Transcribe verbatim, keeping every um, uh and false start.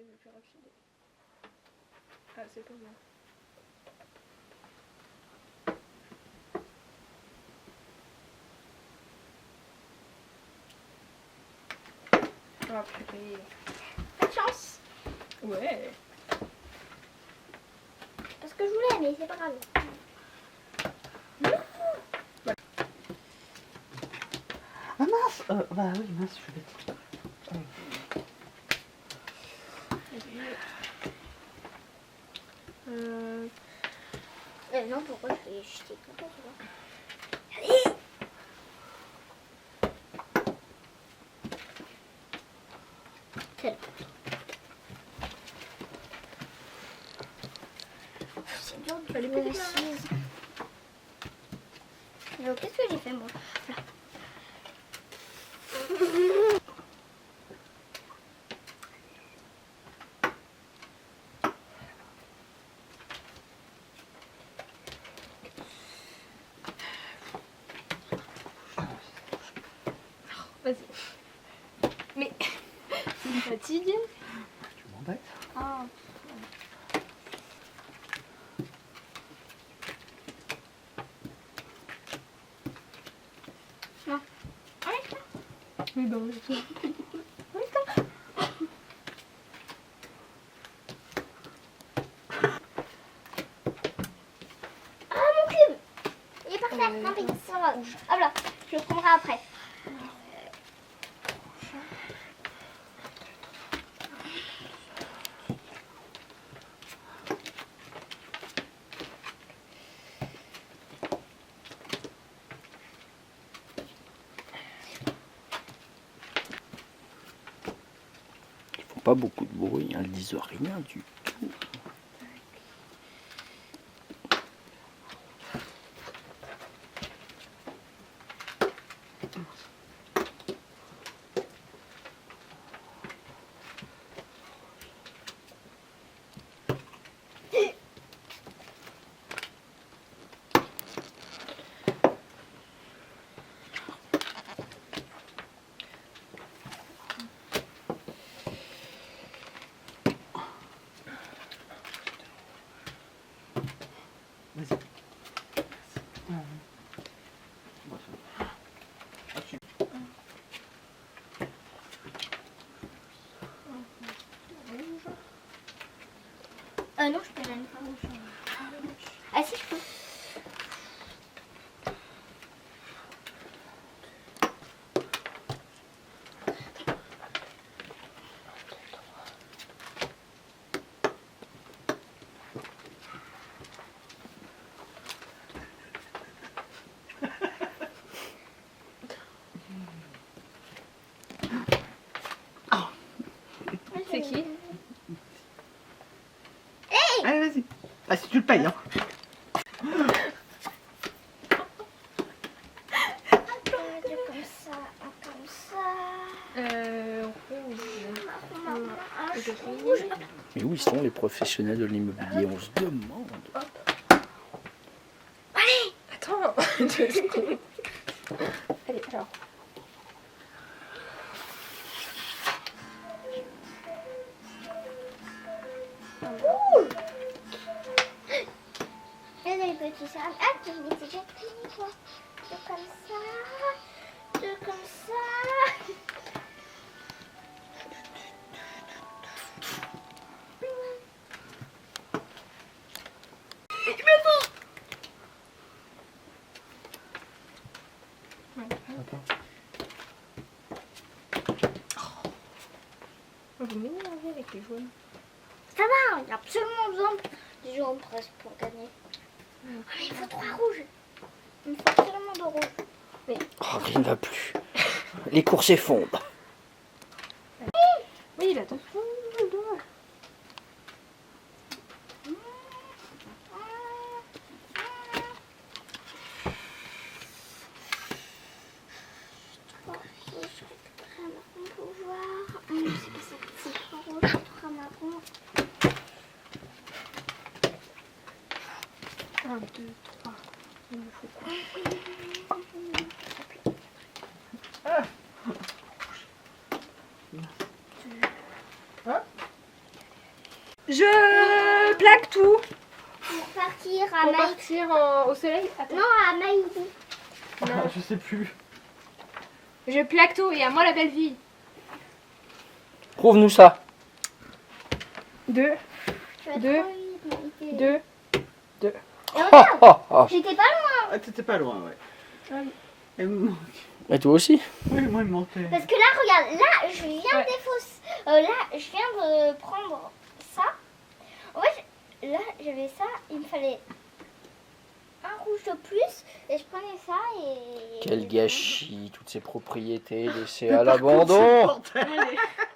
le plus rapide. Ah, c'est pas moi. Ah, purée. Pas de chance. Ouais. Parce que je voulais, mais c'est pas grave. Ah mince euh, Bah oui, mince, je suis bête. Euh... Euh, non, pourquoi je vais jeter comme ça, tu vois. Allez. C'est C'est dur de Elle est jouer petite, là. assise. Alors, qu'est-ce que j'ai fait, moi? Voilà. Vas-y. Mais... c'est une fatigue. Tu m'embêtes. Ah. Non. Allez, Mais bon, je... ah, mon cube. Il est parfait. Euh, Non, mais ça va. Hop là, je le prendrai après. Ils font pas beaucoup de bruit, hein, ils disent rien du tout. Vas-y. Euh, non, je peux même pas rouge. Ah, si, je peux. C'est qui? Allez, vas-y. Ah, si tu le payes, hein. Comme ça, comme ça. Euh... rouge. Rouge. Mais où ils sont les professionnels de l'immobilier? On se demande. Allez. Attends, deux secondes. Allez, alors. Et les petits sables. Ah, j'ai mis déjà une fois. Deux comme ça. Deux comme ça. Attends. Vous m'énervez avec les jaunes. Ça va, il y a absolument besoin de jaunes presque pour gagner. Ah, mais il faut trois rouges. Il faut absolument deux rouges. Mais... Oh, rien ne va plus. Les courses s'effondrent. oui, il a deux fois. Un, deux, trois. Il me faut quoi? Hein? Je plaque tout Pour partir à pour Maï... partir en- au soleil. Attends. Non, à Maïdi. Ah, je sais plus. Je plaque tout et à moi la belle vie. Prouve-nous ça. Deux, Tu vas Deux. trop vite, Maïdi. deux. Et Oh, regarde, oh, oh. j'étais pas loin. Ah, t'étais pas loin, ouais. Ah oui. Et moi, Et toi aussi? oui, moi, il me manquait. Parce que là, regarde, là, je viens Ouais. de défausser. euh, là, je viens de prendre ça. En fait, là, j'avais ça. Il me fallait un rouge de plus. Et je prenais ça et... Quel gâchis, toutes ces propriétés laissées à l'abandon. Bordel. Allez.